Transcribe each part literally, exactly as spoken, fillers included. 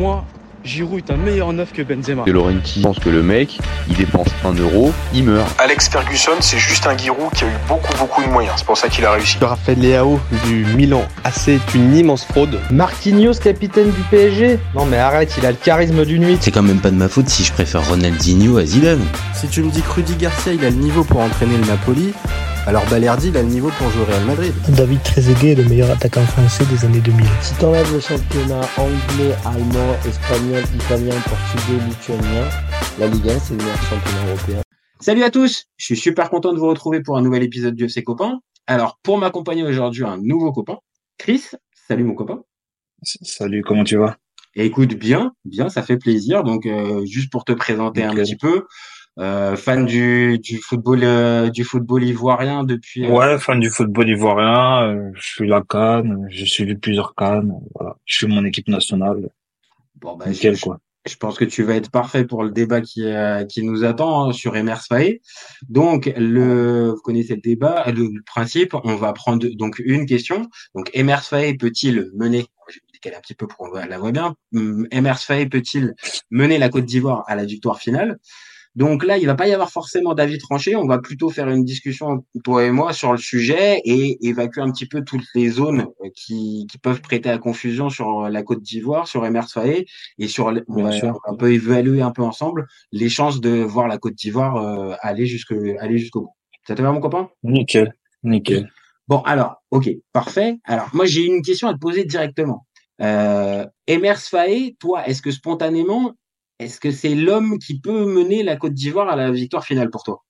moi, Giroud est un meilleur neuf que Benzema. De Laurenti pense que le mec, il dépense un euro, il meurt. Alex Ferguson, c'est juste un Giroud qui a eu beaucoup beaucoup de moyens. C'est pour ça qu'il a réussi. Raphaël Leao du Milan A C est une immense fraude. Marquinhos, capitaine du P S G? Non mais arrête, il a le charisme d'une nuit. C'est quand même pas de ma faute si je préfère Ronaldinho à Zidane. Si tu me dis que Rudy Garcia, il a le niveau pour entraîner le Napoli, alors Balerdi, il a le niveau pour jouer au Real Madrid. David Trezeguet est le meilleur attaquant français des années deux mille. Si t'enlèves le championnat anglais, allemand, espagnol, italien, portugais, lituanien, la Ligue un, c'est le meilleur championnat européen. Salut à tous, je suis super content de vous retrouver pour un nouvel épisode de U F C Copain. Alors, pour m'accompagner aujourd'hui, un nouveau copain, Chris. Salut mon copain. Salut, comment tu vas? Et écoute, bien, bien, ça fait plaisir. Donc, euh, juste pour te présenter okay. un petit peu, euh, fan du, du football, euh, du football ivoirien depuis. Euh... Ouais, fan du football ivoirien. Euh, je suis la CAN, j'ai suivi plusieurs CAN. Voilà, je suis mon équipe nationale. Bon bah, nickel je, quoi. Je pense que tu vas être parfait pour le débat qui euh, qui nous attend hein, sur Emers Faé. Donc le, vous connaissez le débat, le, le principe. On va prendre donc une question. Donc Emers Faé peut-il mener? Je vais décaler un petit peu pour qu'on la voit bien. Emers Faé peut-il mener la Côte d'Ivoire à la victoire finale? Donc là, il va pas y avoir forcément d'avis tranché. On va plutôt faire une discussion, toi et moi, sur le sujet et évacuer un petit peu toutes les zones qui, qui peuvent prêter à confusion sur la Côte d'Ivoire, sur Emers Faé et sur, on va, on peut évaluer un peu ensemble les chances de voir la Côte d'Ivoire euh, aller jusque, aller jusqu'au bout. Ça te va, mon copain? Nickel, nickel. Bon, alors, ok, parfait. Alors, moi, j'ai une question à te poser directement. Euh, Emers Faé, toi, est-ce que spontanément, est-ce que c'est l'homme qui peut mener la Côte d'Ivoire à la victoire finale pour toi?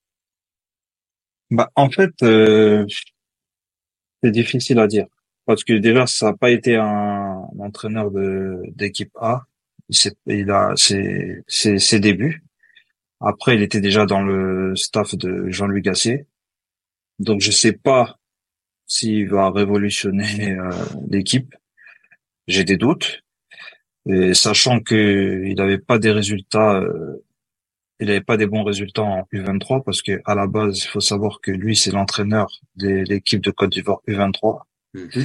Bah, en fait, euh, c'est difficile à dire parce que déjà, ça n'a pas été un, un entraîneur de d'équipe A. C'est, il a ses, ses, ses débuts. Après, il était déjà dans le staff de Jean-Louis Gasset. Donc, je sais pas s'il va révolutionner euh, l'équipe. J'ai des doutes. Et sachant que il n'avait pas des résultats, euh, il n'avait pas des bons résultats en U vingt-trois parce que à la base, il faut savoir que lui, c'est l'entraîneur de l'équipe de Côte d'Ivoire U vingt-trois. Mm-hmm.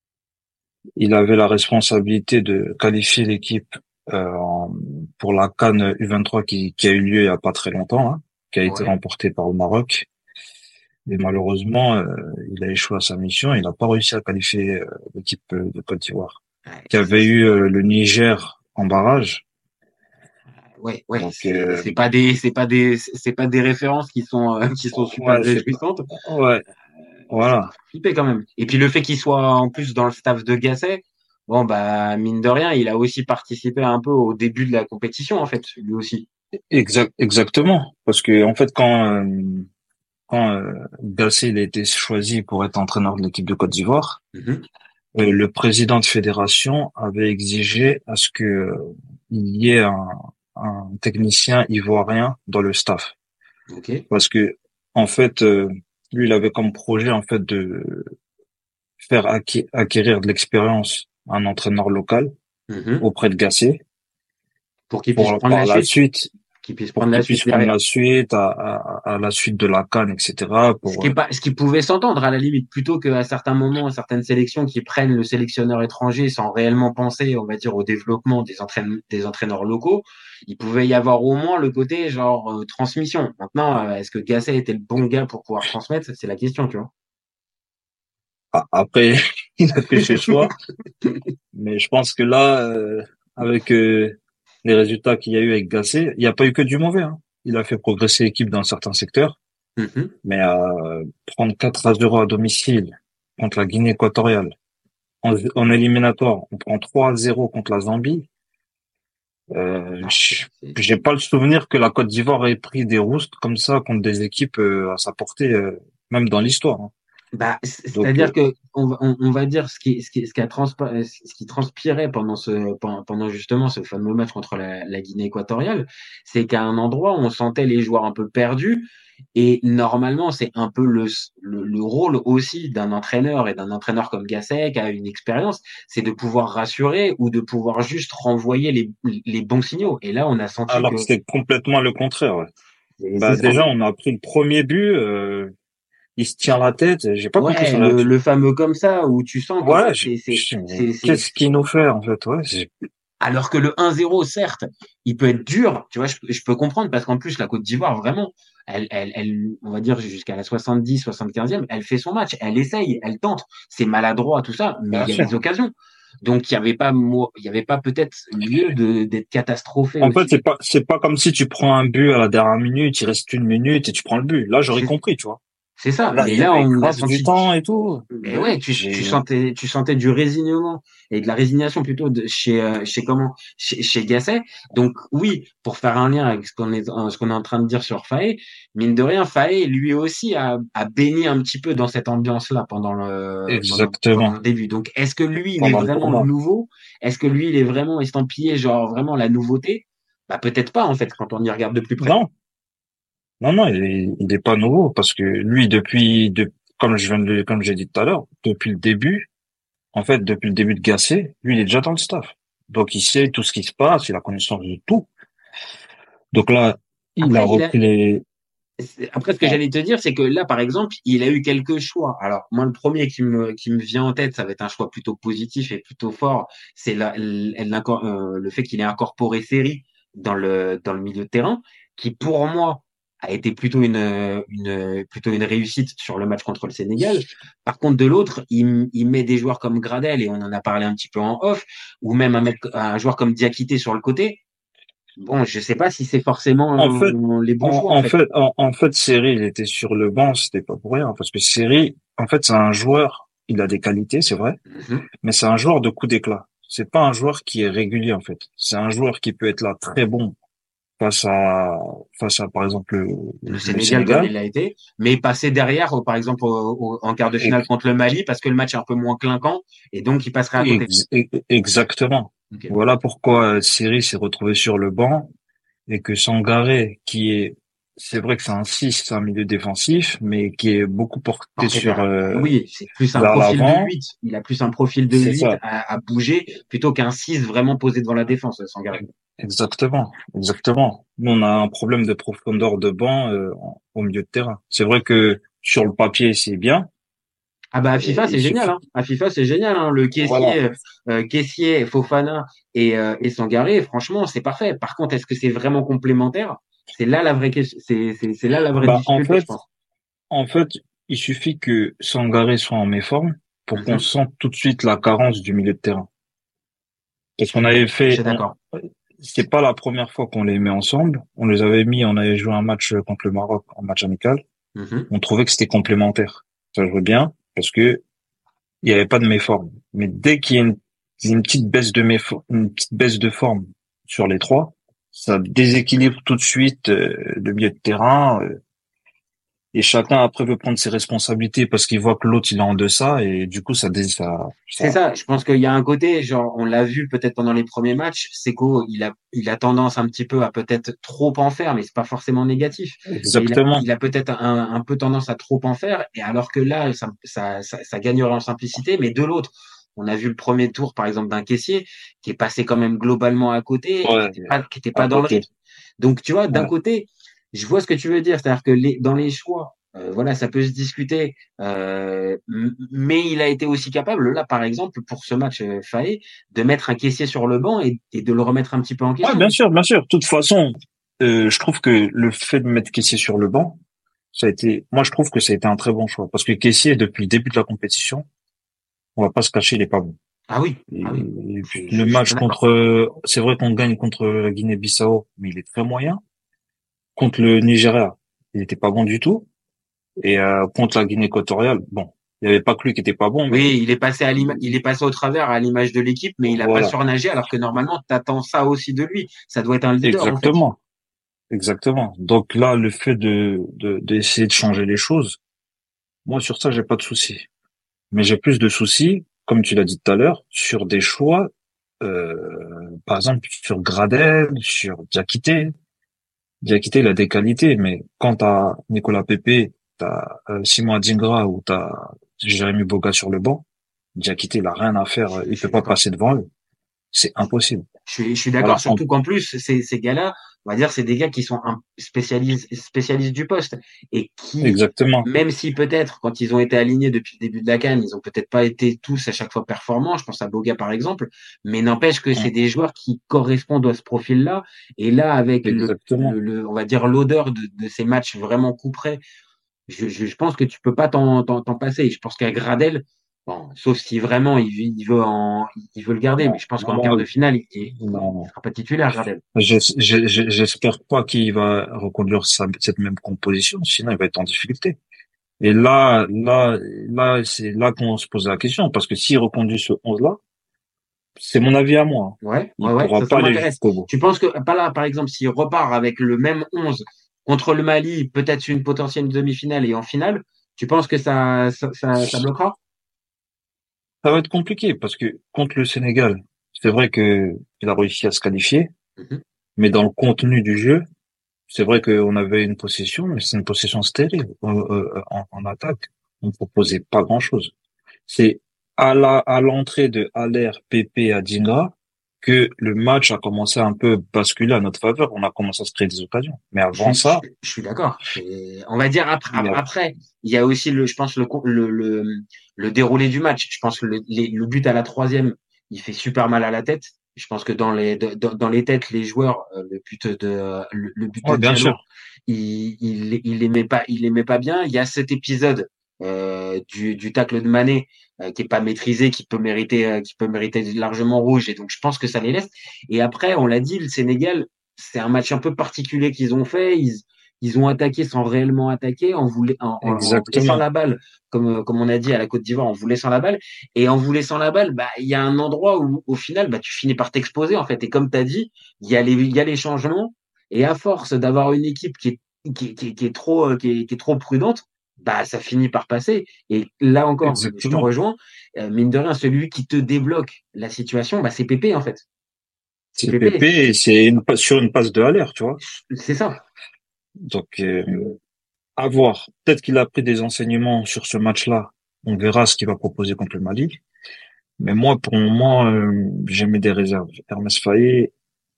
Il avait la responsabilité de qualifier l'équipe euh, en, pour la CAN U vingt-trois qui, qui a eu lieu il y a pas très longtemps, hein, qui a ouais. été remportée par le Maroc. Et malheureusement, euh, il a échoué à sa mission. Il n'a pas réussi à qualifier euh, l'équipe de Côte d'Ivoire. Qui avait eu euh, le Niger en barrage. Ouais, ouais. Donc, c'est, euh... c'est pas des, c'est pas des, c'est pas des références qui sont, euh, qui sont super ouais, réjouissantes. Ouais. Euh, voilà. Flippé quand même. Et puis le fait qu'il soit en plus dans le staff de Gasset, bon bah mine de rien, il a aussi participé un peu au début de la compétition en fait, lui aussi. Exact, exactement. Parce que en fait quand euh, quand euh, Gasset il a été choisi pour être entraîneur de l'équipe de Côte d'Ivoire. Mm-hmm. Euh, le président de fédération avait exigé à ce que euh, il y ait un, un technicien ivoirien dans le staff. Okay. Parce que en fait, euh, lui, il avait comme projet en fait de faire acquérir, acquérir de l'expérience à un entraîneur local mm-hmm. auprès de Gasset pour qu'il puisse pour, prendre par la, la suite. suite. Qui puisse prendre la suite, prendre la suite à, à, à la suite de la CAN, et cetera. Pour, ce, qui est pas, ce qui pouvait s'entendre à la limite, plutôt qu'à certains moments, certaines sélections qui prennent le sélectionneur étranger sans réellement penser, on va dire, au développement des, entraîne, des entraîneurs locaux, il pouvait y avoir au moins le côté genre euh, transmission. Maintenant, euh, est-ce que Gasset était le bon gars pour pouvoir transmettre? C'est la question, tu vois. Ah, après, il a fait ses choix, mais je pense que là, euh, avec euh, les résultats qu'il y a eu avec Gasset, il n'y a pas eu que du mauvais, hein. Il a fait progresser l'équipe dans certains secteurs, mm-hmm. mais euh, prendre quatre à zéro à domicile contre la Guinée équatoriale, en, en éliminatoire, on prend trois à zéro contre la Zambie. Euh, j'ai pas le souvenir que la Côte d'Ivoire ait pris des roustes comme ça contre des équipes euh, à sa portée, euh, même dans l'histoire. Hein. Bah, c'est-à-dire Donc, que on va, on, on va dire ce qui, ce qui, ce qui a transpa- ce qui transpirait pendant ce, pendant, pendant justement ce fameux match contre la, la Guinée équatoriale, c'est qu'à un endroit où on sentait les joueurs un peu perdus. Et normalement, c'est un peu le, le, le rôle aussi d'un entraîneur et d'un entraîneur comme Gasset qui a une expérience, c'est de pouvoir rassurer ou de pouvoir juste renvoyer les, les bons signaux. Et là, on a senti Alors que que c'était complètement le contraire. Ouais. Bah, déjà, on a pris le premier but. Euh... Il se tient la tête, j'ai pas ouais, compris ça. Le, le fameux comme ça où tu sens que ouais, c'est, c'est, c'est, c'est, c'est, qu'est-ce qu'il nous fait en fait, ouais. C'est... Alors que le un zéro, certes, il peut être dur, tu vois, je, je peux comprendre parce qu'en plus, la Côte d'Ivoire, vraiment, elle, elle, elle, on va dire jusqu'à la soixante-dix, soixante-quinzième, elle fait son match, elle essaye, elle tente. C'est maladroit, tout ça, mais Bien il y a sûr. des occasions. Donc, il y avait pas, mo- il y avait pas peut-être lieu de, d'être catastrophé En fait, aussi. c'est pas, c'est pas comme si tu prends un but à la dernière minute, il reste une minute et tu prends le but. Là, j'aurais C'est- compris, tu vois. C'est ça. Là, Mais il y là, avait on a grave senti du temps et tout. mais ouais, tu, J'ai- tu sentais, tu sentais du résignement et de la résignation plutôt de chez, euh, chez comment, chez, chez Gasset. Donc oui, pour faire un lien avec ce qu'on est, ce qu'on est en train de dire sur Faé, mine de rien, Faé lui aussi a, a baigné un petit peu dans cette ambiance-là pendant le, pendant, Exactement. pendant le début. Donc est-ce que lui, il est Pendant le vraiment tournoi. nouveau? Est-ce que lui, il est vraiment estampillé, genre vraiment la nouveauté? Bah peut-être pas en fait quand on y regarde de plus près. Non, non, non, il est, il est pas nouveau parce que lui, depuis, de, comme je viens de, le- comme j'ai dit tout à l'heure, depuis le début, en fait, depuis le début de Gasset, lui, il est déjà dans le staff. Donc, il sait tout ce qui se passe, il a connaissance de tout. Donc là, il Après, a il a- repris les, C'est- Après, ce que j'allais te dire, c'est que là, par exemple, il a eu quelques choix. Alors, moi, le premier qui me, qui me vient en tête, ça va être un choix plutôt positif et plutôt fort. C'est la, l'incor- euh, le fait qu'il ait incorporé Seri dans le, dans le milieu de terrain, qui pour moi a été plutôt une, une, plutôt une réussite sur le match contre le Sénégal. Par contre, de l'autre, il, il met des joueurs comme Gradel, et on en a parlé un petit peu en off, ou même un, mec, un joueur comme Diakité sur le côté. Bon, je sais pas si c'est forcément En fait, euh, les bons en, choix, en en fait. fait, en, en fait, Seri, il était sur le banc, c'était pas pour rien, parce que Seri, en fait, c'est un joueur, il a des qualités, c'est vrai, Mhm. mais c'est un joueur de coup d'éclat. C'est pas un joueur qui est régulier, en fait. C'est un joueur qui peut être là très bon face à, face à, par exemple, le, Le le Sénégal, comme Sénégal. il l'a été, mais passer derrière, euh, par exemple, au- au- en quart de finale Ex- contre le Mali, parce que le match est un peu moins clinquant, et donc il passerait à côté. ex- ex- Exactement. Ok. Voilà pourquoi euh, Seri s'est retrouvé sur le banc et que Sangaré, qui est, c'est vrai que c'est un six, c'est un milieu défensif, mais qui est beaucoup porté Porté sur, vers- euh, Oui, c'est plus un vers profil l'avant. de huit. Il a plus un profil de C'est huit ça. à, à bouger, plutôt qu'un six vraiment posé devant la défense, Sangaré. Exactement, exactement. Nous, on a un problème de profondeur de banc euh, en- au milieu de terrain. C'est vrai que sur le papier, c'est bien. Ah bah à FIFA Et c'est il génial, suffit. hein. À FIFA c'est génial, hein. Le Voilà. caissier, euh, caissier, Fofana et, euh, et Sangaré, franchement c'est parfait. Par contre, est-ce que c'est vraiment complémentaire? C'est là la vraie question, c'est c'est c'est là la vraie Bah, en difficulté, je fait, pense. en fait, il suffit que Sangaré soit en méforme pour qu'on Mhm. sente tout de suite la carence du milieu de terrain. Parce qu'on avait Je fait, suis on- d'accord. c'est pas la première fois qu'on les met ensemble. On les avait mis, on avait joué un match contre le Maroc, un match amical. Mhm. On trouvait que c'était complémentaire. Ça jouait bien parce que il y avait pas de méforme. Mais dès qu'il y a une, une petite baisse de méfo- une petite baisse de forme sur les trois, ça déséquilibre tout de suite euh, le milieu de terrain. euh, et chacun après veut prendre ses responsabilités parce qu'il voit que l'autre il est en deçà et du coup ça dé- ça, C'est ça ça, je pense qu'il y a un côté, genre, on l'a vu peut-être pendant les premiers matchs, Seko, il a, il a tendance un petit peu à peut-être trop en faire, mais c'est pas forcément négatif. Mais il a, exactement. il a peut-être un, un peu tendance à trop en faire, et alors que là, ça, ça, ça, ça gagnerait en simplicité, mais de l'autre, on a vu le premier tour, par exemple, d'un caissier, qui est passé quand même globalement à côté, et qui Ouais, était pas, qui était pas à dans le côté. rythme. Donc, tu vois, d'un Ouais. côté, je vois ce que tu veux dire, c'est-à-dire que les, dans les choix, euh, voilà, ça peut se discuter, euh, m- mais il a été aussi capable, là, par exemple, pour ce match euh, Faé, de mettre un caissier sur le banc et, et de le remettre un petit peu en Ouais, question. bien sûr, bien sûr. De toute façon, euh, je trouve que le fait de mettre Kessié sur le banc, ça a été, moi je trouve que ça a été un très bon choix parce que Kessié depuis le début de la compétition, on va pas se cacher, il est pas bon. Ah oui, Et, ah oui. et Je- puis je- le je match suis d'accord. contre, c'est vrai qu'on gagne contre la Guinée-Bissau, mais il est très moyen. Contre le Nigeria, il était pas bon du tout. Et euh, contre la Guinée équatoriale, bon, il y avait pas que lui qui était pas bon, mais Oui, il est passé à l'ima- il est passé au travers à l'image de l'équipe, mais il a pas voilà, surnagé, alors que normalement, t'attends ça aussi de lui. Ça doit être un leader, en fait. exactement, exactement. Donc là, le fait de de d'essayer de changer les choses, moi sur ça, j'ai pas de souci. Mais j'ai plus de soucis, comme tu l'as dit tout à l'heure, sur des choix, euh, par exemple sur Gradel, sur Diakité. Diakité, il a des qualités, mais quand t'as Nicolas Pepe, t'as euh, Simon Adingra ou t'as Jérémy Boga sur le banc, Diakité, il a rien à faire, il Je suis peut pas d'accord. passer devant eux. C'est impossible. Je suis, je suis d'accord, Voilà. surtout qu'en plus, ces, ces gars-là, on va dire, c'est des gars qui sont un spécialistes, spécialistes du poste et qui, Exactement. même si peut-être, quand ils ont été alignés depuis le début de la CAN, ils ont peut-être pas été tous à chaque fois performants. Je pense à Boga, par exemple, mais n'empêche que c'est des joueurs qui correspondent à ce profil-là. Et là, avec le, Exactement. le, le- on va dire, l'odeur de, de ces matchs vraiment coup près, je, je, je pense que tu peux pas t'en, t'en, t'en passer. Et je pense qu'à Gradel, bon, sauf si vraiment il, veut- il veut en, il veut le garder, mais je pense qu'en quart Moi, de finale, il, il, il non. sera pas titulaire, Gradel. J'es- j'ai- j'ai- J'espère pas qu'il va reconduire sa- cette même composition, sinon il va être en difficulté. Et là, là, là, c'est là qu'on se pose la question, parce que s'il reconduit ce onze-là, c'est mon avis à moi. Ouais, Il ouais, ouais, pourra ça, ça pas aller m'intéresse. jusqu'au bout. Tu penses que, pas là, par exemple, s'il repart avec le même onze contre le Mali, peut-être une potentielle demi-finale et en finale, tu penses que ça, ça, ça, ça bloquera? Ça va être compliqué, parce que contre le Sénégal, c'est vrai que il a réussi à se qualifier, Mhm. mais dans le contenu du jeu, c'est vrai qu'on avait une possession, mais c'est une possession stérile euh, euh, en, en attaque. On proposait pas grand-chose. C'est à la à l'entrée de Haller, Pépé, Adingra que le match a commencé à un peu basculer à notre faveur. On a commencé à se créer des occasions. Mais Je avant suis, ça, je, je suis d'accord. C'est- On va dire après, il y a- après, il y a aussi le, je pense le, co- le, le, le déroulé du match. Je pense que le, les- le but à la troisième, il fait super mal à la tête. Je pense que dans les de- dans, dans les têtes, les joueurs, euh, le but de le, le but ouais, de bien Diallo, sûr. il il il aimait pas, il aimait pas bien. Il y a cet épisode euh, du du tacle de Mané euh, qui est pas maîtrisé, qui peut mériter euh, qui peut mériter largement rouge. Et donc je pense que ça les laisse. Et après, on l'a dit, le Sénégal, c'est un match un peu particulier qu'ils ont fait. Ils, ils ont attaqué sans réellement attaquer, en, vous, en, en, en laissant Exactement. la balle, comme, comme on a dit à la Côte d'Ivoire, en vous laissant la balle. Et en vous laissant la balle, bah, il y a un endroit où, au final, bah, tu finis par t'exposer, en fait. Et comme tu as dit, il y a les, il y a les changements. Et à force d'avoir une équipe qui est, qui, qui, qui est trop, qui est, qui est trop prudente, bah, ça finit par passer. Et là encore, je te Exactement. rejoins. Euh, mine de rien, celui qui te débloque la situation, bah, c'est Pépé, en fait. C'est C'est Pépé. Pépé et c'est une passe sur une passe de Haller, tu vois. C'est ça. Donc, euh, à voir. Peut-être qu'il a pris des enseignements sur ce match-là. On verra ce qu'il va proposer contre le Mali. Mais moi, pour le moment, euh, j'ai mis des réserves. Hermès Faé,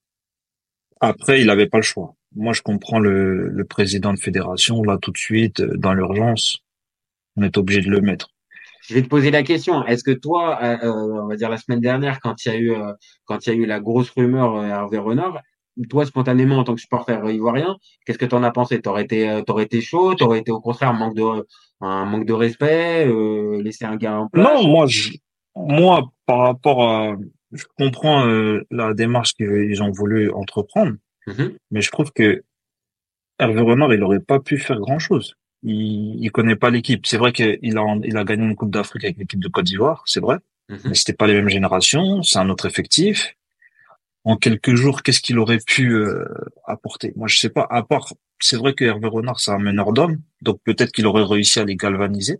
après, il avait pas le choix. Moi, je comprends le, le président de fédération, là, tout de suite, euh, dans l'urgence, on est obligé de le mettre. Je vais te poser la question. Est-ce que toi, euh, euh, on va dire la semaine dernière, quand il y a eu, euh, quand il y a eu la grosse rumeur euh, Hervé Renard, toi, spontanément, en tant que supporter ivoirien, qu'est-ce que t'en as pensé? T'aurais été, euh, t'aurais été chaud? T'aurais été au contraire un manque de, un manque de respect, euh, laisser un gars en place? Non, moi, je, moi, par rapport à, je comprends euh, la démarche qu'ils ont voulu entreprendre, Mhm. mais je trouve que Hervé Renard, il aurait pas pu faire grand-chose. Il, il connaît pas l'équipe. C'est vrai qu'il a, il a gagné une Coupe d'Afrique avec l'équipe de Côte d'Ivoire, c'est vrai, Mhm. mais c'était pas les mêmes générations, c'est un autre effectif. En quelques jours, qu'est-ce qu'il aurait pu euh, apporter? Moi, je sais pas. À part, c'est vrai que Hervé Renard, c'est un meneur d'hommes, donc peut-être qu'il aurait réussi à les galvaniser.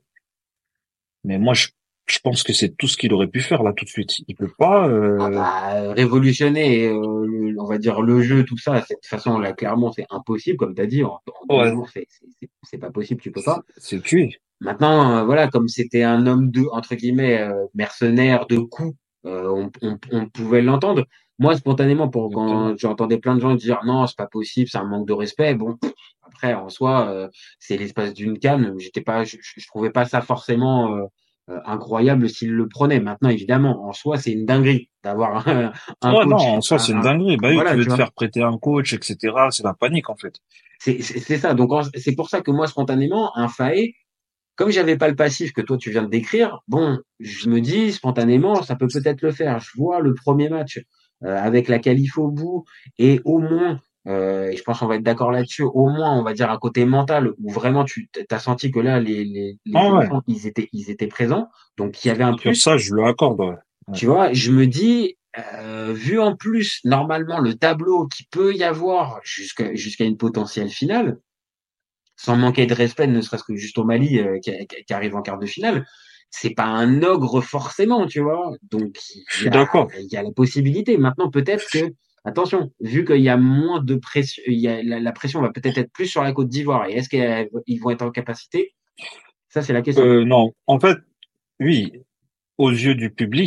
Mais moi, je, je pense que c'est tout ce qu'il aurait pu faire là tout de suite. Il peut pas. Ah Euh... bah, révolutionner, euh, le- on va dire le jeu, tout ça. De toute façon, là, clairement, c'est impossible, comme tu as dit. En, en deux Ouais, jours, c'est c'est- c'est- c'est pas possible, tu peux pas. c'est cuit. Maintenant, euh, voilà, comme c'était un homme de, entre guillemets, euh, mercenaire de coups, euh, on, on, on pouvait l'entendre. Moi, spontanément, pour Exactement. quand j'entendais plein de gens dire non, c'est pas possible, c'est un manque de respect. Bon, pff, après, en soi, euh, c'est l'espace d'une canne. J'étais pas, je, je je trouvais pas ça forcément euh, euh, incroyable s'il le prenait. Maintenant, évidemment, en soi, c'est une dinguerie d'avoir un, un Ouais, non, coach, en soi, un, c'est une un- dinguerie. Bah oui, tu voilà, veux tu te vois. faire prêter un coach, et cetera. C'est la panique, en fait. C'est c'est- c'est ça. Donc, en- c'est pour ça que moi, spontanément, un Faé, comme j'avais pas le passif que toi tu viens de décrire, bon, je me dis spontanément, ça peut peut-être le faire. Je vois le premier match euh, avec la qualif au bout et au moins, euh, et je pense qu'on va être d'accord là-dessus, au moins on va dire un côté mental où vraiment tu as senti que là les, les, les Ah ouais, éléphants ils étaient ils étaient présents, donc il y avait un sur plus. ça, je le accorde, ouais. Ouais. Tu vois, je me dis, euh, vu en plus normalement le tableau qui peut y avoir jusqu'à jusqu'à une potentielle finale, sans manquer de respect, ne serait-ce que juste au Mali euh, qui, qui- qui arrive en quart de finale, c'est pas un ogre forcément, tu vois. Donc Je il y suis a, d'accord. il y a la possibilité. Maintenant, peut-être que, attention, vu qu'il y a moins de pression, il y a, la, la pression va peut-être être plus sur la Côte d'Ivoire. Et est-ce qu'ils vont être en capacité? Ça, c'est la question. Euh, non, en fait, oui, aux yeux du public,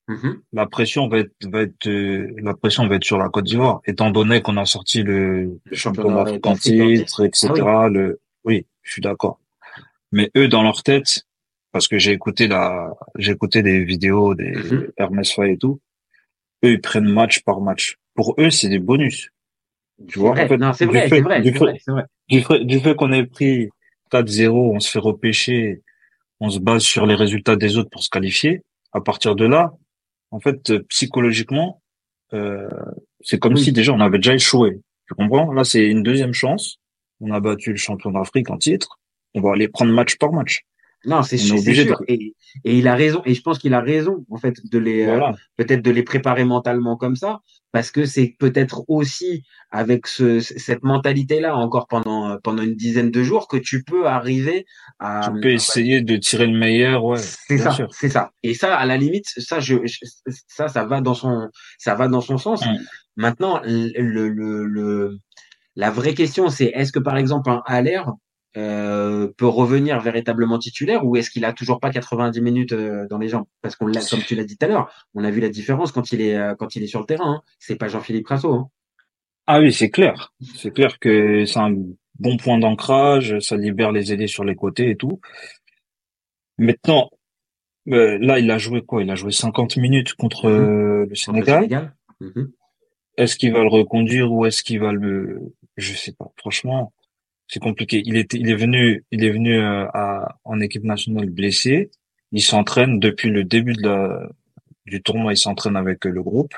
Mhm. la pression va être, va être, euh, la pression va être sur la Côte d'Ivoire, étant donné qu'on a sorti le, Le championnat championnat africain d'Afrique en titre, titre. Ah oui. et cetera. Le, oui, je suis d'accord. Mais eux, dans leur tête, parce que j'ai écouté la, j'ai écouté des vidéos des Mhm. Hermès Faye et tout, eux, ils prennent match par match. Pour eux, c'est des bonus. Tu C'est vois, en vrai. fait, Non, c'est du vrai, c'est fait, vrai, du c'est fait, vrai, c'est vrai. du fait, du fait qu'on ait pris quatre zéro, on se fait repêcher, on se base sur les résultats des autres pour se qualifier. À partir de là, en fait, euh, psychologiquement, euh, c'est comme si Oui. déjà on avait déjà échoué. Tu comprends? Là, c'est une deuxième chance. On a battu le champion d'Afrique en titre. On va aller prendre match par match. Non, c'est On est su- c'est obligé de, sûr. Et, et il a raison. Et je pense qu'il a raison, en fait, de les, euh, voilà. peut-être de les préparer mentalement comme ça, parce que c'est peut-être aussi avec ce, cette mentalité-là, encore pendant, euh, pendant une dizaine de jours, que tu peux arriver à, Tu peux on va essayer de tirer le meilleur, ouais, C'est bien ça, sûr. c'est ça. Et ça, à la limite, ça, je, je- ça, ça va dans son, ça va dans son sens. Mm. Maintenant, le, le, le, la vraie question, c'est est-ce que par exemple un Haller euh, peut revenir véritablement titulaire ou est-ce qu'il a toujours pas quatre-vingt-dix minutes euh, dans les jambes? Parce qu'on l'a, comme tu l'as dit tout à l'heure, on a vu la différence quand il est, euh, quand il est sur le terrain. Hein. C'est pas Jean-Philippe Crasso. Hein. Ah oui, c'est clair. C'est clair que c'est un bon point d'ancrage, ça libère les ailiers sur les côtés et tout. Maintenant, euh, là, il a joué quoi? Il a joué cinquante minutes contre Mhm. euh, le Contre le Sénégal. Sénégal. Mhm. Est-ce qu'il va le reconduire ou est-ce qu'il va le, je sais pas. Franchement, c'est compliqué. Il était, il est venu, il est venu euh, à, en équipe nationale blessé. Il s'entraîne depuis le début de la, du tournoi. Il s'entraîne avec euh, le groupe.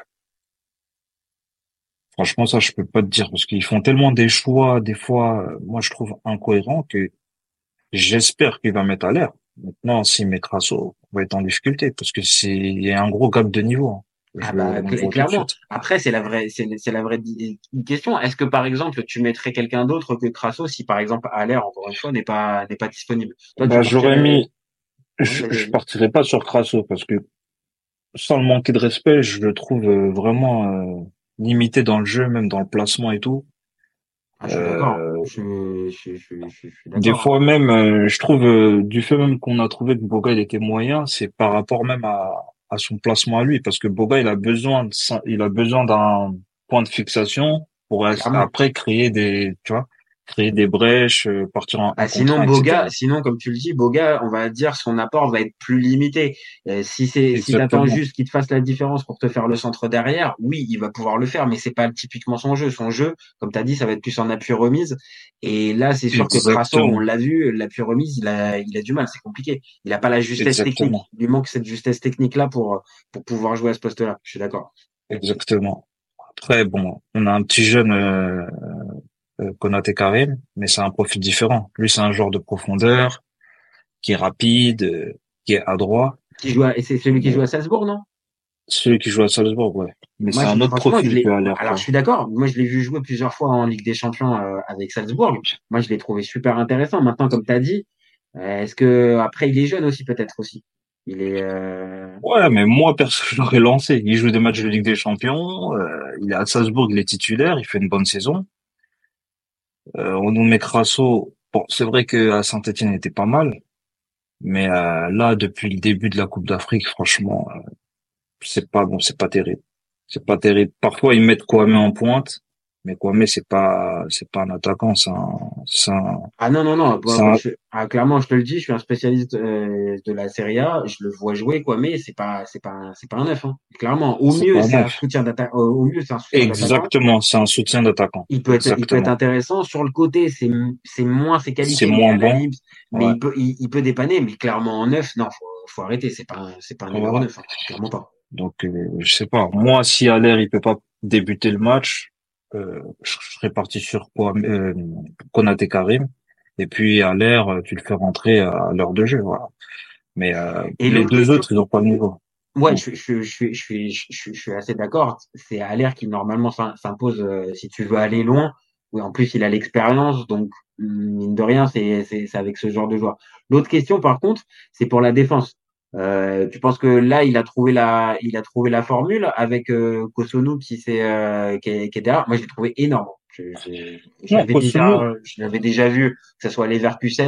Franchement, ça, je peux pas te dire parce qu'ils font tellement des choix, des fois, euh, moi, je trouve incohérents que j'espère qu'il va mettre à l'air. Maintenant, s'il met Crasso, on va être en difficulté parce que c'est, il y a un gros gap de niveau. Hein. Ah Je, bah on le cl- voit tout de clairement. suite. Après c'est la vraie c'est c'est la vraie di- question. Est-ce que par exemple tu mettrais quelqu'un d'autre que Crasso si par exemple Haller encore une fois n'est pas n'est pas disponible? Toi tu Bah, j'aurais partirais. mis, Ouais, je, vas-y, je vas-y. partirais pas sur Crasso parce que sans le manquer de respect, je le trouve euh, vraiment euh, limité dans le jeu, même dans le placement et tout. Ah je suis d'accord. Euh, Je je je je, je suis des d'accord. Hein. fois même, euh, je trouve euh, du fait même qu'on a trouvé que Boga il était moyen, c'est par rapport même à, à son placement à lui, parce que Boga il a besoin de, ça- il a besoin d'un point de fixation pour as- Clairement. après créer des, tu vois, créer des brèches, euh, partir en Ah, un contre sinon, un, Boga, et cetera. sinon, comme tu le dis, Boga, on va dire son apport va être plus limité. Euh, si c'est, si t'attends Exactement, juste qu'il te fasse la différence pour te faire le centre derrière, oui, il va pouvoir le faire, mais c'est pas typiquement son jeu. Son jeu, comme tu as dit, ça va être plus en appui remise. Et là, c'est sûr que Crasso, on exactement, l'a vu, l'appui remise, il a, il a du mal, c'est compliqué. Il a pas la justesse technique. exactement, Il lui manque cette justesse technique-là pour, pour pouvoir jouer à ce poste-là. Je suis d'accord. exactement. Après, bon, on a un petit jeune euh, euh, Konaté Karim, mais c'est un profil différent. Lui, c'est un joueur de profondeur, qui est rapide, euh, qui est adroit. Qui joue à- et c'est celui qui joue Mais à Salzbourg, non? celui qui joue à Salzbourg, ouais. Mais Moi, c'est je, un autre franchement, je profil que l'ai. Haller, Alors, je quoi. suis d'accord. Moi, je l'ai vu jouer plusieurs fois en Ligue des Champions euh, avec Salzbourg. Moi, je l'ai trouvé super intéressant. Maintenant, comme tu as dit, euh, est-ce que après, il est jeune aussi, peut-être aussi. Il est. Euh... Ouais, mais moi, perso, je l'aurais lancé. Il joue des matchs de Ligue des Champions, euh, il est à Salzbourg, il est titulaire, il fait une bonne saison. Euh, on nous met Crasso. Bon, c'est vrai que à Saint-Étienne, il était pas mal. Mais euh, là, depuis le début de la Coupe d'Afrique, franchement, euh, c'est pas bon, c'est pas terrible. C'est pas terrible. Parfois, ils mettent Kouamé en pointe, mais Kouamé, c'est pas, c'est pas un attaquant, c'est un, c'est un, Ah non, non, non. Moi, c'est moi, un- je- ah, clairement, je te le dis, je suis un spécialiste euh, de la Serie A. Je le vois jouer, quoi, mais c'est pas, c'est pas, un- c'est pas un neuf. Hein. Clairement, au c'est mieux, pas un c'est un neuf. soutien d'attaque. Au mieux, c'est un soutien d'attaquant. Exactement, c'est un soutien d'attaquant. Il peut être, il peut être Exactement. intéressant. Sur le côté, c'est, c'est moins ses C'est qualités, mais moins à la bon. limite, mais Ouais. il peut, il, il peut dépanner. Mais clairement, en neuf, non, faut, faut arrêter. C'est pas, un- c'est pas un numéro Voilà. neuf. Hein. Clairement pas. Donc, euh, je sais pas. Moi, si Haller, il peut pas débuter le match, euh, je je serais parti sur quoi, euh, Konaté Karim. Et puis, Haller, euh, tu le fais rentrer à l'heure de jeu, voilà. Mais, euh, Et les l'autre deux question, autres, ils ont pas le niveau. ouais, Bon. je, je, je, suis, je, suis, je, suis je suis assez d'accord. C'est Haller qui normalement s'im- s'impose euh, si tu veux aller loin. Oui, en plus, il a l'expérience, donc mine de rien, c'est c'est c'est avec ce genre de joueur. L'autre question, par contre, c'est pour la défense. Euh, tu penses que là, il a trouvé la, il a trouvé la formule avec euh, Kosunu qui s'est euh, qui est, qui est derrière. Moi, je l'ai trouvé énorme. Je, je, je Non, l'avais Kosono, déjà, je l'avais déjà vu, que ce soit à Leverkusen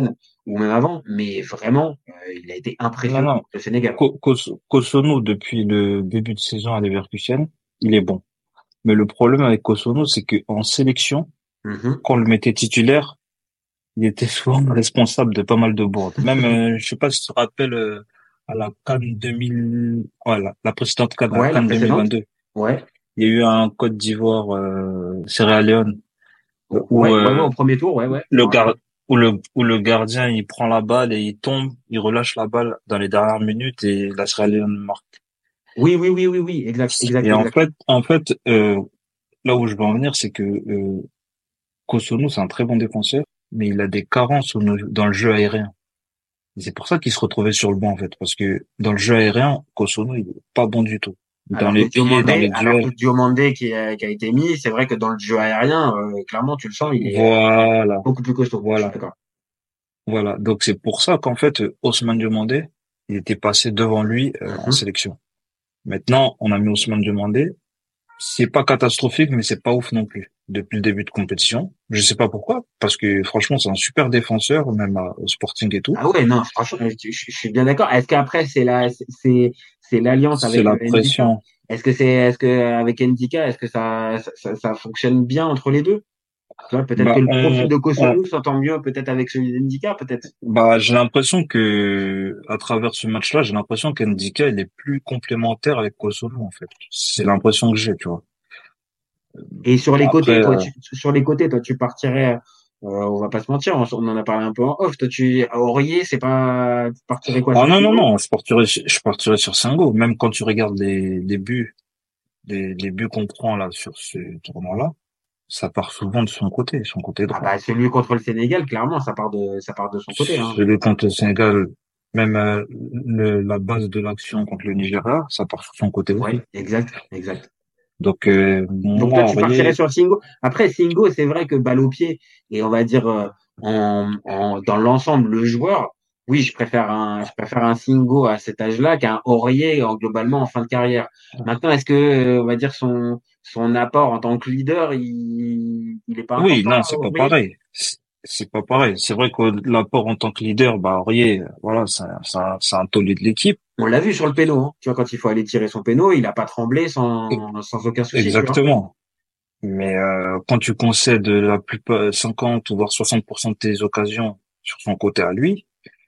ou même avant, mais vraiment, euh, il a été Non, impressionnant non. le Sénégal. Ko- Kos- Kosono, depuis le début de saison à Leverkusen, il est bon. Mais le problème avec Kosono, c'est que en sélection, Mhm. quand on le mettait titulaire, il était souvent responsable de pas mal de bourdes. Même, euh, je sais pas si tu te rappelles, euh, à la CAN deux mille, voilà, la précédente CAN, la Ouais, la CAN précédente. deux mille vingt-deux. Ouais. Il y a eu un Côte d'Ivoire, euh, Sierra Leone, Ouais, où, ouais, ouais, euh, au premier tour, ouais, ouais. le Ouais. gar où le, où le gardien, il prend la balle et il tombe, il relâche la balle dans les dernières minutes et la Sierra Leone marque. Oui, oui, oui, oui, oui, exact, exact, Et en exact. fait, en fait, euh, là où je veux en venir, c'est que, euh, Kosono, c'est un très bon défenseur, mais il a des carences au- dans le jeu aérien. Et c'est pour ça qu'il se retrouvait sur le banc, en fait, parce que dans le jeu aérien, Kosono, il est pas bon du tout. Dans Alors que les pieds, dans Diomandé, les alors que duels. Diomandé qui a, qui a été mis, c'est vrai que dans le jeu aérien, euh, clairement, tu le sens, il est euh, Voilà. beaucoup plus costaud. Je suis Voilà. d'accord. Voilà. Donc, c'est pour ça qu'en fait, Ousmane Diomandé, il était passé devant lui, euh, en Mhm. sélection. Maintenant, on a mis Ousmane Diomandé. C'est pas catastrophique, mais c'est pas ouf non plus. Depuis le début de compétition. Je sais pas pourquoi. Parce que, franchement, c'est un super défenseur, même à- au Sporting et tout. Ah ouais, non, franchement, je, je- je suis bien d'accord. Est-ce qu'après c'est la, c'est, c'est l'alliance C'est avec la euh, Ndika? pression. Est-ce que c'est, est-ce que euh, avec Ndika, est-ce que ça, ça, ça, ça fonctionne bien entre les deux? Tu vois, peut-être que Bah, le profil on, de on, Kosonou s'entend mieux peut-être avec celui d'Ndika, peut-être. bah, j'ai l'impression que, à travers ce match-là, j'ai l'impression qu'Ndika, il est plus complémentaire avec Kosovo, en fait. C'est l'impression que j'ai, tu vois. Et sur les côtés, Après, toi, euh, tu, sur les côtés, toi, tu partirais, euh, on va pas se mentir, on, on en a parlé un peu en off. Toi, tu, à Aurier, c'est pas, tu partirais quoi ah sur non, non, Figo? non, je partirais, je partirais sur Singo. Même quand tu regardes les, les buts, les, les buts qu'on prend, là, sur ce tournoi-là, ça part souvent de son côté, son côté Ah droit. bah, celui contre le Sénégal, clairement, ça part de, ça part de son côté, hein. Celui contre le Sénégal, même, euh, le, la base de l'action contre le Nigeria, ça part sur son côté Ouais, aussi. exact, exact. Donc, euh, Donc toi, moi, tu partirais Aurier, sur Singo. Après, Singo, c'est vrai que balle au pied et on va dire euh, en, en- dans l'ensemble, le joueur, oui, je préfère un, je préfère un Singo à cet âge-là qu'un Aurier en, globalement en fin de carrière. Maintenant, est-ce que euh, on va dire son son apport en tant que leader, il il est pas oui, important non, à c'est pas Aurier? pareil. C'est c'est pas pareil. C'est vrai que l'apport en tant que leader, bah, Aurier, voilà, c'est un, c'est un, c'est un taulier de l'équipe. On l'a vu sur le péno, hein. Tu vois, quand il faut aller tirer son péno, il a pas tremblé E- sans sans aucun souci, tu vois. Exactement. Mais, euh, quand tu concèdes la plupart, cinquante ou voire soixante pour cent de tes occasions sur son côté à lui,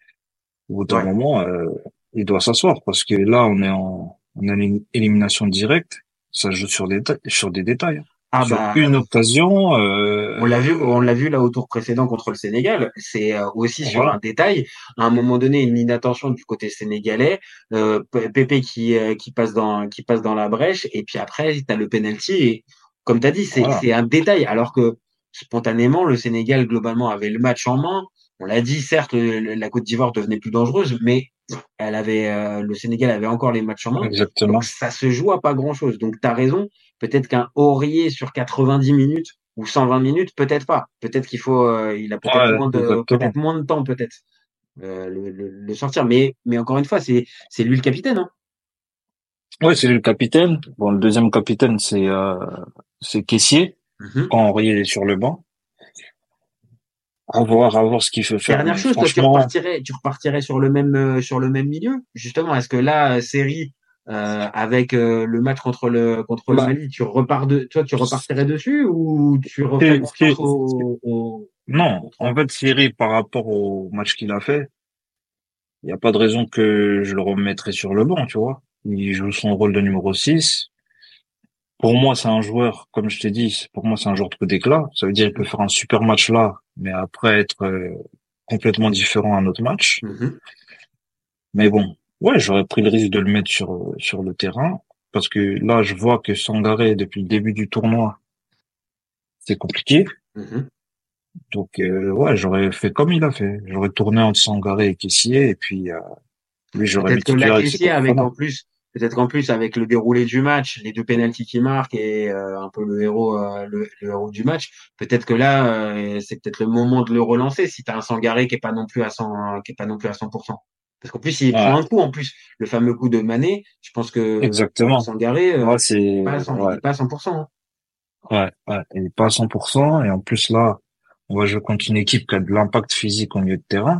au bout d'un Ouais. moment, euh, il doit s'asseoir parce que là, on est en, on a une élimination directe. Ça joue sur des, déta- sur des détails, hein. Ah Sur bah une occasion, euh, on l'a vu, on l'a vu là au tour précédent contre le Sénégal. C'est euh, aussi sur un voilà. détail. À un moment donné, une inattention du côté sénégalais. Euh, P- Pépé qui euh, qui passe dans qui passe dans la brèche et puis après t'as le penalty. Et comme t'as dit, c'est Voilà. c'est un détail. Alors que spontanément, le Sénégal globalement avait le match en main. On l'a dit, certes, le- le- la Côte d'Ivoire devenait plus dangereuse, mais elle avait euh, le Sénégal avait encore les matchs en main. Donc Exactement. ça se joue à pas grand-chose. Donc t'as raison. Peut-être qu'un Aurier sur quatre-vingt-dix minutes ou cent vingt minutes, peut-être pas. Peut-être qu'il faut, euh, il a peut-être Ouais, moins de, peut-être exactement. moins de temps, peut-être, euh, le, le, le sortir. Mais, mais encore une fois, c'est, c'est lui le capitaine, hein. Ouais, c'est lui le capitaine. Bon, le deuxième capitaine, c'est, euh, c'est Kessié, Mhm. quand Henri est sur le banc. À voir, à voir ce qu'il fait faire. Dernière Mais chose, toi, tu franchement, repartirais, tu repartirais sur le même, euh, sur le même milieu, justement. Est-ce que là, euh, série, euh, avec euh, le match contre le contre le bah, Mali, tu repars de, toi, tu repartirais dessus ou tu referais c'est, confiance c'est- au, au, non, au en trois? fait, Thierry, par rapport au match qu'il a fait, il n'y a pas de raison que je le remettrai sur le banc, tu vois. Il joue son rôle de numéro six. Pour moi, c'est un joueur, comme je t'ai dit, pour moi, c'est un joueur trop d'éclat. Ça veut dire qu'il peut faire un super match là, mais après être euh, complètement différent à un autre match. Mhm. Mais bon, ouais, j'aurais pris le risque de le mettre sur euh, sur le terrain parce que là, je vois que Sangaré, depuis le début du tournoi, c'est compliqué. Mhm. Donc, euh, ouais, j'aurais fait comme il a fait. J'aurais tourné entre Sangaré et Kessié et puis euh, lui, j'aurais mis Peut-être que titulaire avec ses l'apprécier avec Fofana. en plus, peut-être qu'en plus avec le déroulé du match, les deux pénaltys qu'il marque et euh, un peu le héros, euh, le, le héros du match, peut-être que là, euh, c'est peut-être le moment de le relancer si t'as un Sangaré qui est pas non plus à cent, qui est pas non plus à cent pour cent. Parce qu'en plus, il prend Ouais, un coup en plus, le fameux coup de Mané. Je pense que exactement. Sangaré, euh, Ouais, il est c'est pas à cent, il ouais, est pas à cent pour cent, hein. ouais, ouais. Il est pas à cent pour cent et en plus là, on va jouer contre une équipe qui a de l'impact physique au milieu de terrain.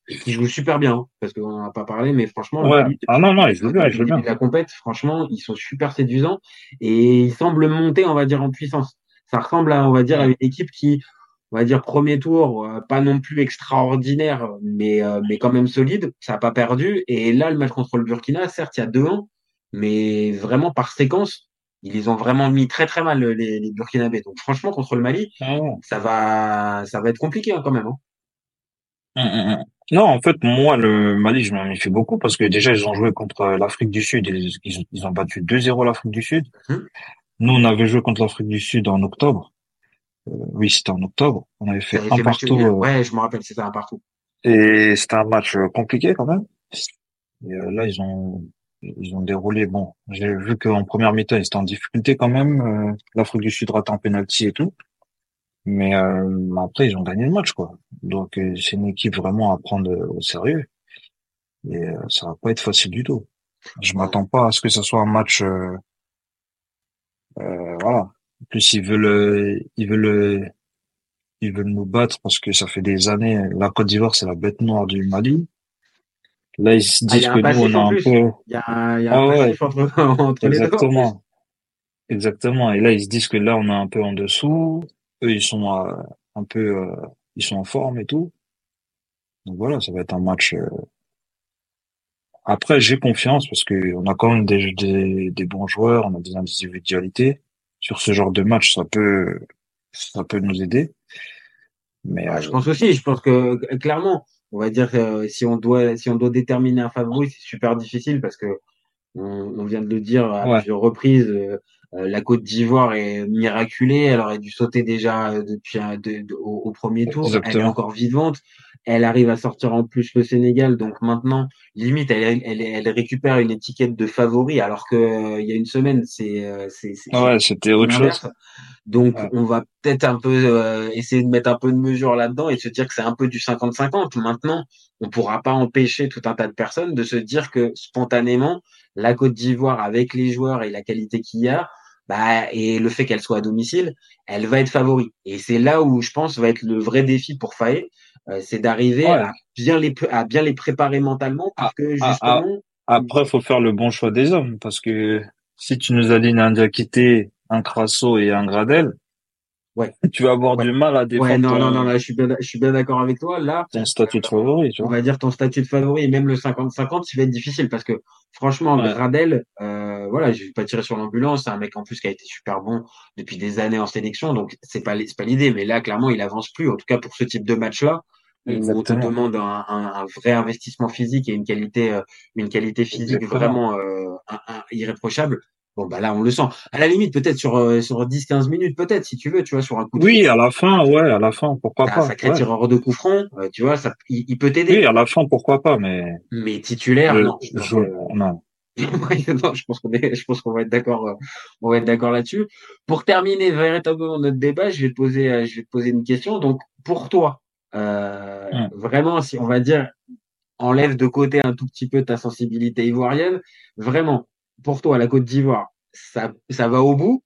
qui joue super bien, hein, parce qu'on n'en a pas parlé, mais franchement, le Ouais. Mali, Ah non, non, il joue bien, il depuis joue le début bien. de la compète, franchement, ils sont super séduisants et ils semblent monter, on va dire, en puissance. Ça ressemble à, on va dire, à Ouais. une équipe qui, on va dire, premier tour, euh, pas non plus extraordinaire, mais, euh, mais quand même solide. Ça n'a pas perdu. Et là, le match contre le Burkina, certes, il y a deux un, mais vraiment par séquence, ils les ont vraiment mis très très mal, les, les Burkinabés. Donc franchement, contre le Mali, Ah ouais. ça va, ça va être compliqué hein, quand même. Hein. Hum, hum, hum. Non, en fait, moi, le Mali, je m'en méfie beaucoup parce que déjà, ils ont joué contre l'Afrique du Sud. Ils, ils, ont, ils ont battu deux zéro l'Afrique du Sud. Hum. Nous, on avait joué contre l'Afrique du Sud en octobre. Euh, oui, c'était en octobre. On avait Vous fait avez un fait match partout. nul. euh, Ouais, je me rappelle, c'était un partout. et c'était un match euh, compliqué quand même. Et euh, là, ils ont ils ont déroulé. Bon, j'ai vu qu'en première mi-temps, ils étaient en difficulté quand même. Euh, L'Afrique du Sud rate un penalty et tout. Mais euh, après, ils ont gagné le match, quoi. Donc, euh, c'est une équipe vraiment à prendre euh, au sérieux. Et euh, ça va pas être facile du tout. Je Ouais. m'attends pas à ce que ce soit un match. Euh, euh, voilà. En plus, ils veulent, euh, ils veulent, euh, ils veulent nous battre parce que ça fait des années. La Côte d'Ivoire, c'est la bête noire du Mali. Là, ils se Ah, il y disent a que un nous, on passif a en un plus. peu. Il y a un, il y a un Ah ouais, passif entre, entre les deux en plus. exactement, exactement. Et là, ils se disent que là, on est un peu en dessous. Eux, ils sont euh, un peu, euh, ils sont en forme et tout. Donc voilà, ça va être un match. euh, Après, j'ai confiance parce que on a quand même des, des, des bons joueurs, on a des individualités. Sur ce genre de match, ça peut, ça peut nous aider. Mais Bah, euh, je pense aussi, je pense que euh, clairement, on va dire que si on doit si on doit déterminer un favori, c'est super difficile parce que on, on vient de le dire à ouais, plusieurs reprises, euh, euh, la Côte d'Ivoire est miraculée, elle aurait dû sauter déjà euh, depuis un- de- de- au, au premier tour, elle est exactement, encore vivante, elle arrive à sortir en plus le Sénégal, donc maintenant limite elle, elle, elle récupère une étiquette de favori alors que euh, il y a une semaine c'est euh, c'est c'est c'est ouais, c'était autre chose. l'inverse. Donc, Ouais, on va peut-être un peu euh, essayer de mettre un peu de mesure là-dedans et de se dire que c'est un peu du cinquante cinquante. Maintenant, on pourra pas empêcher tout un tas de personnes de se dire que spontanément, la Côte d'Ivoire, avec les joueurs et la qualité qu'il y a, bah, et le fait qu'elle soit à domicile, elle va être favori. Et c'est là où je pense va être le vrai défi pour Faé, euh, c'est d'arriver ouais. à bien les à bien les préparer mentalement Ah, pour que ah, ah. justement, Après, faut faire le bon choix des hommes parce que si tu nous alignes un Diakité, un Crasso et un Gradel, ouais, tu vas avoir ouais, du mal à ouais, défendre non, non, non, ton, là, je suis bien, je suis bien d'accord avec toi. Là, ton statut de favori, tu on vois. va dire ton statut de favori et même le cinquante cinquante, il va être difficile parce que franchement, Ouais, Gradel, euh, voilà, je vais pas tirer sur l'ambulance, c'est un mec en plus qui a été super bon depuis des années en sélection, donc c'est pas c'est pas l'idée, mais là clairement il avance plus, en tout cas pour ce type de match-là où on te exactement, demande un, un, un vrai investissement physique et une qualité euh, une qualité physique exactement. vraiment euh, un- un- irréprochable. Bon bah là on le sent. À la limite peut-être sur euh, sur dix quinze minutes peut-être si tu veux, tu vois, sur un coup de Oui, fil. à la fin, ouais, à la fin, pourquoi T'as un pas, sacré ouais. tireur de coup franc, euh, tu vois, ça, il, il peut Oui, t'aider. à la fin, pourquoi pas, mais Mais titulaire, le, non, je pense je, que non. ouais, non, je pense qu'on est, je pense qu'on va être d'accord, euh, on va être d'accord là-dessus. Pour terminer véritablement notre débat, je vais te poser, euh, je vais te poser une question. Donc, pour toi, euh, Hum. vraiment, si on va dire, enlève de côté un tout petit peu ta sensibilité ivoirienne, vraiment, pour toi, la Côte d'Ivoire, ça, ça va au bout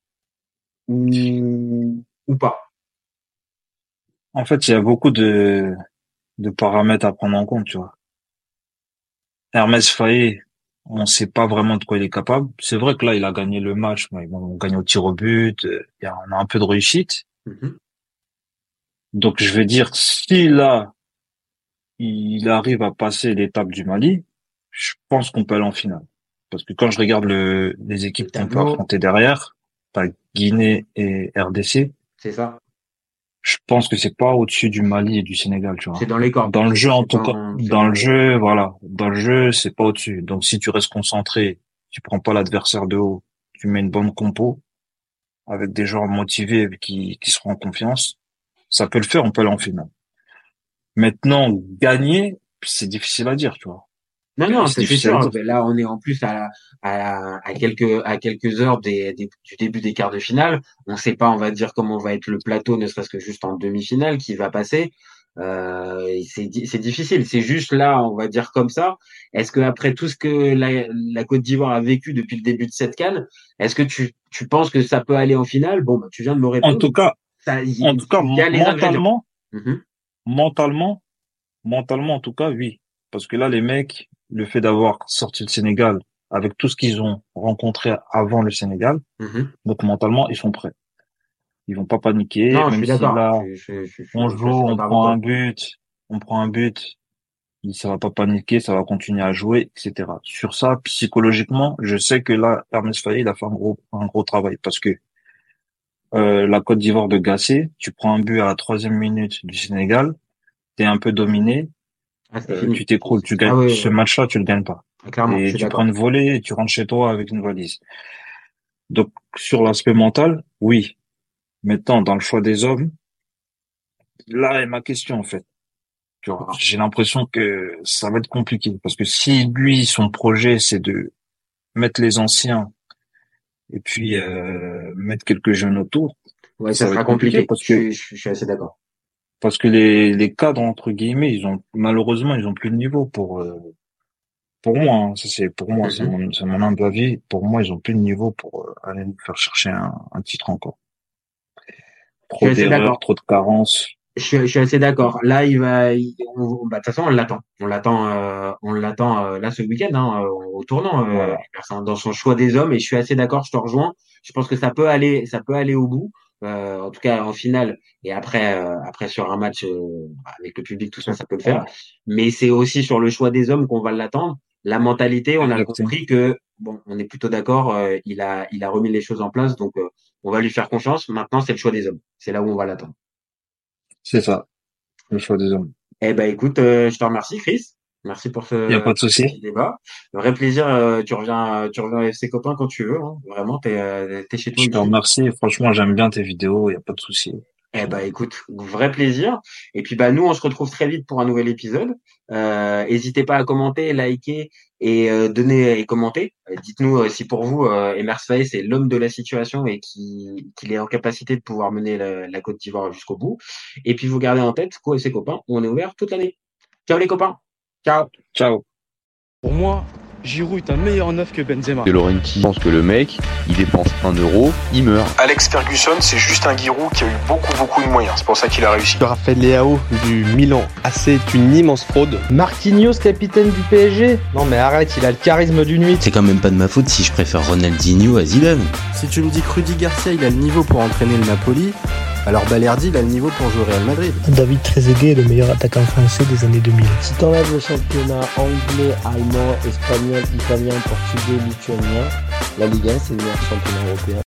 ou, ou pas? En fait, il y a beaucoup de, de paramètres à prendre en compte, tu vois. Hermès Faé, on sait pas vraiment de quoi il est capable. C'est vrai que là, il a gagné le match, mais bon, on gagne au tir au but, euh, il y a- on a un peu de réussite. Mhm. Donc, je vais dire, si là, il arrive à passer l'étape du Mali, je pense qu'on peut aller en finale. Parce que quand je regarde le, les Le équipes qu'on peut tableau, affronter derrière, par Guinée et R D C, c'est ça. je pense que c'est pas au-dessus du Mali et du Sénégal, tu C'est vois. dans les cordes. Dans le C'est jeu, en c'est tout pas, cas, un- c'est dans pas, le jeu, voilà. Dans le jeu, c'est pas au-dessus. Donc, si tu restes concentré, tu prends pas l'adversaire de haut, tu mets une bonne compo avec des joueurs motivés qui, qui seront en confiance, ça peut le faire, on peut aller en finale. Maintenant, gagner, c'est difficile à dire, tu vois. Non, Gagner, non, c'est ça c'est difficile à sûr. dire. Ben là, on est en plus à, à, à quelques, à quelques heures des, des- du début des quarts de finale. On ne sait pas, on va dire, comment va être le plateau, ne serait-ce que juste en demi-finale, qui va passer. Euh, et c'est, di- c'est difficile. C'est juste là, on va dire comme ça. Est-ce que après tout ce que la, la Côte d'Ivoire a vécu depuis le début de cette CAN, est-ce que tu, tu penses que ça peut aller en finale? Bon, ben, tu viens de me En répondre. tout cas, Ça, il en tout cas, il y m- a les ingrédients. mentalement, Mhm. mentalement, Mentalement, en tout cas, oui. Parce que là, les mecs, le fait d'avoir sorti le Sénégal avec tout ce qu'ils ont rencontré avant le Sénégal, Mhm. donc mentalement, ils sont prêts. Ils vont pas paniquer, Non, je même suis si d'accord. là, Je, je, je, je, on je suis joue, assez on d'accord avec prend toi. un but, on prend un but, ça va pas paniquer, ça va continuer à jouer, et cetera. Sur ça, psychologiquement, je sais que là, Hermès Faé, il a fait un gros, un gros travail parce que euh, la Côte d'Ivoire de Gassé, tu prends un but à la troisième minute du Sénégal, t'es un peu dominé, Ah, c'est euh, fini. tu t'écroules, tu Ah gagnes. oui, Ce ouais. match-là, tu le gagnes pas. Clairement, je Et suis tu prends d'accord. une volée et tu rentres chez toi avec une valise. Donc, sur l'aspect mental, oui. Maintenant, dans le choix des hommes, là est ma question, en fait. Tu vois, j'ai l'impression que ça va être compliqué parce que si lui, son projet, c'est de mettre les anciens et puis euh, mettre quelques jeunes autour, Ouais, ça ça va sera être compliqué compliqué. parce Je que suis, je, suis je suis assez d'accord. parce que les les cadres entre guillemets, ils ont malheureusement ils ont plus de niveau pour euh, pour moi. Hein, ça c'est pour moi, c'est Mhm. mon c'est mon humble avis. Pour moi, ils ont plus de niveau pour euh, aller nous faire chercher un, un titre encore. Je suis Trop assez d'erreurs, d'accord. trop de carences. Je suis, je suis assez d'accord. Là, il va, il- on- bah, de toute façon, on l'attend. On l'attend, euh, on l'attend euh, là ce week-end, hein, euh, au tournant, euh, Voilà, dans son choix des hommes. Et je suis assez d'accord. Je te rejoins. Je pense que ça peut aller, ça peut aller au bout. Euh, en tout cas, en finale. Et après, euh, après sur un match euh, avec le public, tout ça, ça peut le faire. voilà, Mais c'est aussi sur le choix des hommes qu'on va l'attendre. La mentalité, on a exactement. compris que bon, on est plutôt d'accord. euh, il a, il a remis les choses en place. Donc, euh, on va lui faire confiance. Maintenant, c'est le choix des hommes. C'est là où on va l'attendre. C'est ça, le choix des hommes. Eh ben écoute, euh, je te remercie Chris. Merci pour Il y a ce pas de souci. petit débat. Vrai plaisir. euh, tu reviens, tu reviens à F C Copain quand tu veux. Hein. Vraiment, t'es, euh, t'es chez toi Je te ici. remercie. Franchement, j'aime bien tes vidéos. Il y a pas de souci. Eh ben écoute, vrai plaisir. Et puis bah nous, on se retrouve très vite pour un nouvel épisode. Euh, n'hésitez pas à commenter, liker et euh, donner et commenter. Euh, dites-nous euh, si pour vous, euh, Emers Faé, c'est l'homme de la situation et qui qu'il est en capacité de pouvoir mener la, la Côte d'Ivoire jusqu'au bout. Et puis vous gardez en tête qu'au F C Copain, on est ouvert toute l'année. Ciao les copains. Ciao. Ciao. Pour moi, Giroud est un meilleur neuf que Benzema. De Laurenti pense que le mec, il dépense un euro, il meurt. Alex Ferguson, c'est juste un Giroud qui a eu beaucoup, beaucoup de moyens. C'est pour ça qu'il a réussi. Raphaël Leao du Milan A C est une immense fraude. Marquinhos, capitaine du P S G? Non mais arrête, il a le charisme d'une nuit. C'est quand même pas de ma faute si je préfère Ronaldinho à Zidane. Si tu me dis que Rudy Garcia il a le niveau pour entraîner le Napoli, alors Balerdi il a le niveau pour jouer au Real Madrid. David Trezeguet est le meilleur attaquant français des années deux mille. Si t'enlèves le championnat anglais, allemand, espagnol, italien, portugais, lituanien, la Ligue un c'est le meilleur championnat européen.